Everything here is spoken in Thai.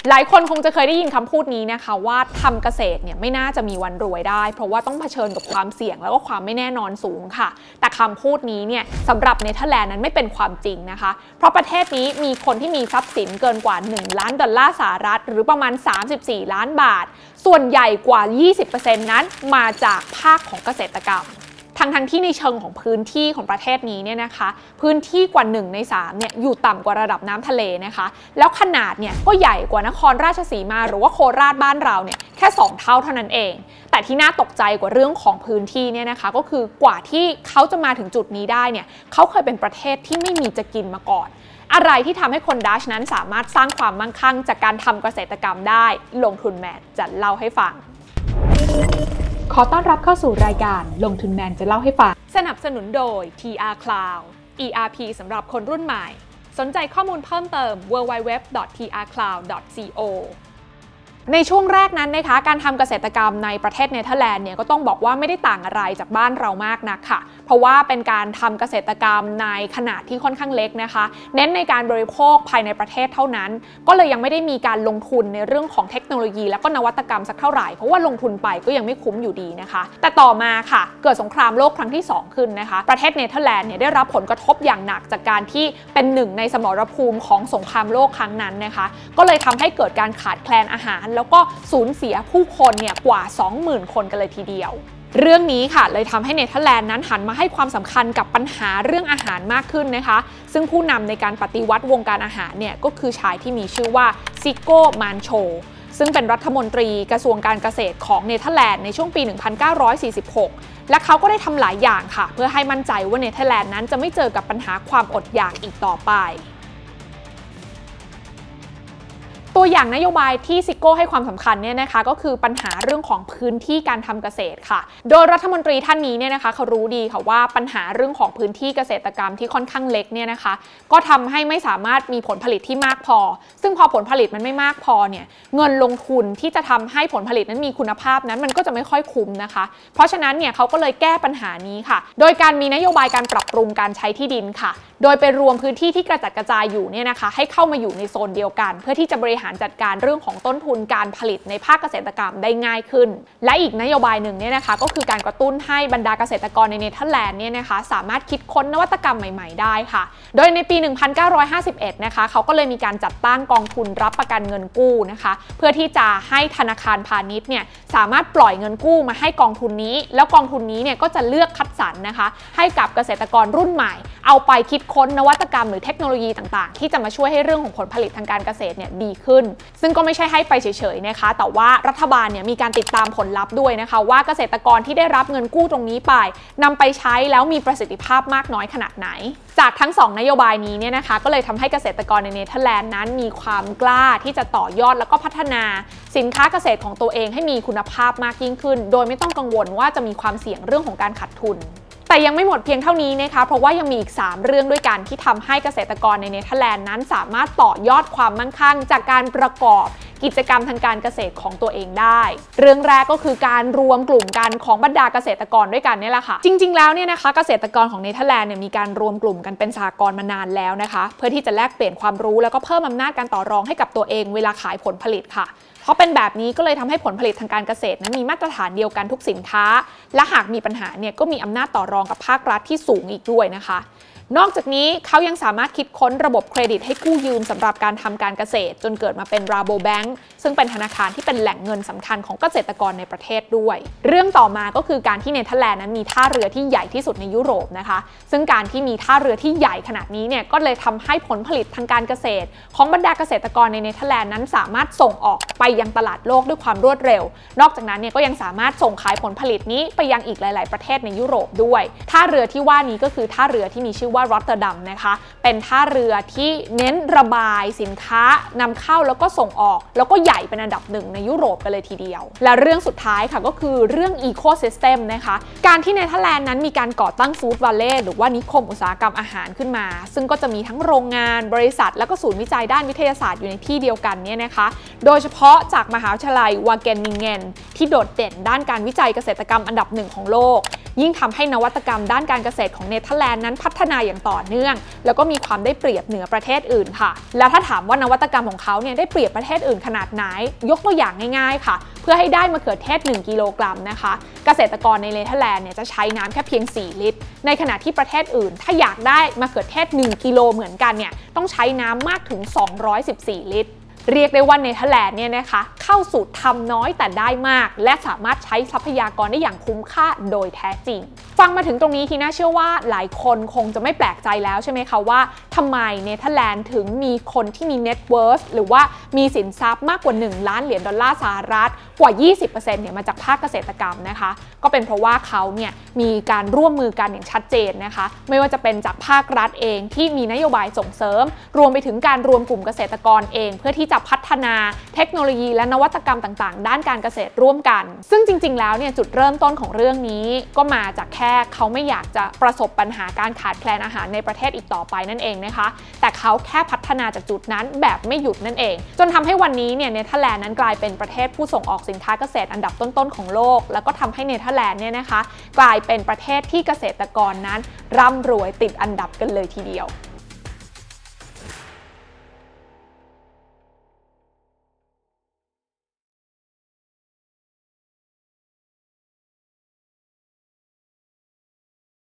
หลายคนคงจะเคยได้ยินคำพูดนี้นะคะว่าทำเกษตรเนี่ยไม่น่าจะมีวันรวยได้เพราะว่าต้องเผชิญกับความเสี่ยงแล้วก็ความไม่แน่นอนสูงค่ะแต่คำพูดนี้เนี่ยสำหรับเนเธอร์แลนด์นั้นไม่เป็นความจริงนะคะเพราะประเทศนี้มีคนที่มีทรัพย์สินเกินกว่า1 ล้านดอลลาร์สหรัฐหรือประมาณ34 ล้านบาทส่วนใหญ่กว่า 20% นั้นมาจากภาคของเกษตรกรรมทั้งที่ในเชิงของพื้นที่ของประเทศนี้เนี่ยนะคะพื้นที่กว่า1 ใน 3เนี่ยอยู่ต่ำกว่าระดับน้ำทะเลนะคะแล้วขนาดเนี่ยก็ใหญ่กว่านครราชสีมาหรือว่าโคราชบ้านเราเนี่ยแค่2 เท่าเท่านั้นเองแต่ที่น่าตกใจกว่าเรื่องของพื้นที่เนี่ยนะคะก็คือกว่าที่เขาจะมาถึงจุดนี้ได้เนี่ยเขาเคยเป็นประเทศที่ไม่มีจะกินมาก่อนอะไรที่ทำให้คนดัชนั้นสามารถสร้างความมั่งคั่งจากการทำเกษตรกรรมได้ลงทุนแมนจะเล่าให้ฟังขอต้อนรับเข้าสู่รายการลงทุนแมนจะเล่าให้ฟังสนับสนุนโดย TR Cloud ERP สำหรับคนรุ่นใหม่สนใจข้อมูลเพิ่มเติม www.trcloud.co ในช่วงแรกนั้นนะคะการทำเกษตรกรรมในประเทศเนเธอร์แลนด์เนี่ยก็ต้องบอกว่าไม่ได้ต่างอะไรจากบ้านเรามากนักค่ะเพราะว่าเป็นการทำเกษตรกรรมในขนาดที่ค่อนข้างเล็กนะคะเน้นในการบริโภคภายในประเทศเท่านั้นก็เลยยังไม่ได้มีการลงทุนในเรื่องของเทคโนโลยีและก็นวัตกรรมสักเท่าไหร่เพราะว่าลงทุนไปก็ยังไม่คุ้มอยู่ดีนะคะแต่ต่อมาค่ะเกิดสงครามโลกครั้งที่2ขึ้นนะคะประเทศเนเธอร์แลนด์เนี่ยได้รับผลกระทบอย่างหนักจากการที่เป็นหนึ่งในสมรภูมิของสงครามโลกครั้งนั้นนะคะก็เลยทำให้เกิดการขาดแคลนอาหารแล้วก็สูญเสียผู้คนเนี่ยกว่า 20,000 คนกันเลยทีเดียวเรื่องนี้ค่ะเลยทำให้เนเธอร์แลนด์นั้นหันมาให้ความสำคัญกับปัญหาเรื่องอาหารมากขึ้นนะคะซึ่งผู้นำในการปฏิวัติวงการอาหารเนี่ยก็คือชายที่มีชื่อว่าซิโก้ มานโชซึ่งเป็นรัฐมนตรีกระทรวงการเกษตรของเนเธอร์แลนด์ในช่วงปี 1946 และเขาก็ได้ทำหลายอย่างค่ะเพื่อให้มั่นใจว่าเนเธอร์แลนด์นั้นจะไม่เจอกับปัญหาความอดอยากอีกต่อไปตัวอย่างนโยบายที่ซิโก้ให้ความสำคัญเนี่ยนะคะก็คือปัญหาเรื่องของพื้นที่การทำเกษตรค่ะโดยรัฐมนตรีท่านนี้เนี่ยนะคะเขารู้ดีค่ะว่าปัญหาเรื่องของพื้นที่เกษตรกรรมที่ค่อนข้างเล็กเนี่ยนะคะก็ทำให้ไม่สามารถมีผลผลิตที่มากพอซึ่งพอผลผลิตมันไม่มากพอเนี่ยเงินลงทุนที่จะทำให้ผลผลิตนั้นมีคุณภาพนั้นมันก็จะไม่ค่อยคุ้มนะคะเพราะฉะนั้นเนี่ยเขาก็เลยแก้ปัญหานี้ค่ะโดยการมีนโยบายการปรับปรุงการใช้ที่ดินค่ะโดยไปรวมพื้นที่ที่กระจัดกระจายอยู่เนี่ยนะคะให้เข้ามาอยู่ในโซนเดียวกันเพื่อที่จะบริหารจัดการเรื่องของต้นทุนการผลิตในภาคเกษตรกรรมได้ง่ายขึ้นและอีกนโยบายหนึ่งเนี่ยนะคะก็คือการกระตุ้นให้บรรดาเกษตรกรในเนเธอร์แลนด์เนี่ยนะคะสามารถคิดค้นนวัตกรรมใหม่ๆได้ค่ะโดยในปี 1951 นะคะเขาก็เลยมีการจัดตั้งกองทุนรับประกันเงินกู้นะคะเพื่อที่จะให้ธนาคารพาณิชย์เนี่ยสามารถปล่อยเงินกู้มาให้กองทุนนี้แล้วกองทุนนี้เนี่ยก็จะเลือกคัดสรรนะคะให้กับเกษตรกรรุ่นใหม่เอาไปคิดค้นนวัตกรรมหรือเทคโนโลยีต่างๆที่จะมาช่วยให้เรื่องของผลผลิตทางการเกษตรเนี่ยดีขึ้นซึ่งก็ไม่ใช่ให้ไปเฉยๆนะคะแต่ว่ารัฐบาลเนี่ยมีการติดตามผลลัพธ์ด้วยนะคะว่าเกษตรกรที่ได้รับเงินกู้ตรงนี้ไปนำไปใช้แล้วมีประสิทธิภาพมากน้อยขนาดไหนจากทั้ง2นโยบายนี้เนี่ยนะคะก็เลยทำให้เกษตรกรในเนเธอร์แลนด์นั้นมีความกล้าที่จะต่อยอดแล้วก็พัฒนาสินค้าเกษตรของตัวเองให้มีคุณภาพมากยิ่งขึ้นโดยไม่ต้องกังวลว่าจะมีความเสี่ยงเรื่องของการขาดทุนแต่ยังไม่หมดเพียงเท่านี้นะคะเพราะว่ายังมีอีก3เรื่องด้วยกันที่ทำให้เกษตรกรในเนเธอร์แลนด์นั้นสามารถต่อยอดความมั่งคั่งจากการประกอบกิจกรรมทางการเกษตรของตัวเองได้เรื่องแรกก็คือการรวมกลุ่มกันของบรรดาเกษตรกรด้วยกันนี่แหละค่ะจริงๆแล้วเนี่ยนะคะเกษตรกรของเนเธอร์แลนด์เนี่ยมีการรวมกลุ่มกันเป็นสหกรณ์มานานแล้วนะคะเพื่อที่จะแลกเปลี่ยนความรู้แล้วก็เพิ่มอำนาจการต่อรองให้กับตัวเองเวลาขายผลผลิตค่ะเพราะเป็นแบบนี้ก็เลยทำให้ผลผลิตทางการเกษตรนั้นมีมาตรฐานเดียวกันทุกสินค้าและหากมีปัญหาเนี่ยก็มีอำนาจต่อรองกับภาครัฐที่สูงอีกด้วยนะคะนอกจากนี้เขายังสามารถคิดค้นระบบเครดิตให้กู้ยืมสำหรับการทำการเกษตรจนเกิดมาเป็น Rabobank ซึ่งเป็นธนาคารที่เป็นแหล่งเงินสำคัญของเกษตรกรในประเทศด้วยเรื่องต่อมาก็คือการที่เนเธอร์แลนด์นั้นมีท่าเรือที่ใหญ่ที่สุดในยุโรปนะคะซึ่งการที่มีท่าเรือที่ใหญ่ขนาดนี้เนี่ยก็เลยทำให้ผลผลิตทางการเกษตรของบรรดาเกษตรกรในเนเธอร์แลนด์นั้นสามารถส่งออกไปยังตลาดโลกด้วยความรวดเร็วนอกจากนั้นเนี่ยก็ยังสามารถส่งขายผลผลิตนี้ไปยังอีกหลายๆประเทศในยุโรปด้วยท่าเรือที่ว่านี้ก็คือท่าเรือที่มีชื่อว่ารอตเตอร์ดัมนะคะเป็นท่าเรือที่เน้นระบายสินค้านำเข้าแล้วก็ส่งออกแล้วก็ใหญ่เป็นอันดับหนึ่งในยุโรปกันเลยทีเดียวและเรื่องสุดท้ายค่ะก็คือเรื่องอีโคซิสเต็มนะคะการที่เนเธอร์แลนด์นั้นมีการก่อตั้งฟู้ดวัลเลย์หรือว่านิคมอุตสาหกรรมอาหารขึ้นมาซึ่งก็จะมีทั้งโรงงานบริษัทแล้วก็ศูนย์วิจัยด้านวิทยาศาสตร์อยู่ในที่เดียวกันเนี่ยนะคะโดยเฉพาะจากมหาวิทยาลัยวาเกนนิงเกนที่โดดเด่นด้านการวิจัยเกษตรกรรมอันดับหนึ่งของโลกยิ่งทำให้นวัตกรรมด้านการเกษตรของเนเธอร์แลนด์นั้นพัฒนาอย่างต่อเนื่องแล้วก็มีความได้เปรียบเหนือประเทศอื่นค่ะแล้วถ้าถามว่านวัตกรรมของเขาเนี่ยได้เปรียบประเทศอื่นขนาดไหนยกตัวอย่างง่ายๆค่ะเพื่อให้ได้มะเขือเทศ1กิโลกรัมนะคะเกษตรกรในเนเธอร์แลนด์เนี่ยจะใช้น้ำแค่เพียง4ลิตรในขณะที่ประเทศอื่นถ้าอยากได้มะเขือเทศ1กิโลเหมือนกันเนี่ยต้องใช้น้ำมากถึง214ลิตรเรียกได้ว่าเนเธอร์แลนด์เนี่ยนะคะเข้าสู่ทำน้อยแต่ได้มากและสามารถใช้ทรัพยากรได้อย่างคุ้มค่าโดยแท้จริงฟังมาถึงตรงนี้ทีน่าเชื่อว่าหลายคนคงจะไม่แปลกใจแล้วใช่ไหมคะว่าทำไมเนเธอร์แลนด์ถึงมีคนที่มี net worth หรือว่ามีสินทรัพย์มากกว่า$1 ล้านสหรัฐกว่า 20% เนี่ยมาจากภาคเกษตรกรรมนะคะก็เป็นเพราะว่าเขาเนี่ยมีการร่วมมือกันอย่างชัดเจนนะคะไม่ว่าจะเป็นจากภาครัฐเองที่มีนโยบายส่งเสริมรวมไปถึงการรวมกลุ่มเกษตรกรเองเพื่อที่จะพัฒนาเทคโนโลยีและนวัตกรรมต่างๆด้านการเกษตรร่วมกันซึ่งจริงๆแล้วเนี่ยจุดเริ่มต้นของเรื่องนี้ก็มาจากแค่เขาไม่อยากจะประสบปัญหาการขาดแคลนอาหารในประเทศอีกต่อไปนั่นเองนะคะแต่เขาแค่พัฒนาจากจุดนั้นแบบไม่หยุดนั่นเองจนทำให้วันนี้เนี่ยเนเธอร์แลนด์นั้นกลายเป็นประเทศผู้ส่งออกสินค้าเกษตรอันดับต้นๆของโลกแล้วก็ทำให้เนเธอร์แลนด์เนี่ยนะคะกลายเป็นประเทศที่เกษตรกรนั้นร่ำรวยติดอันดับกันเลยทีเดียว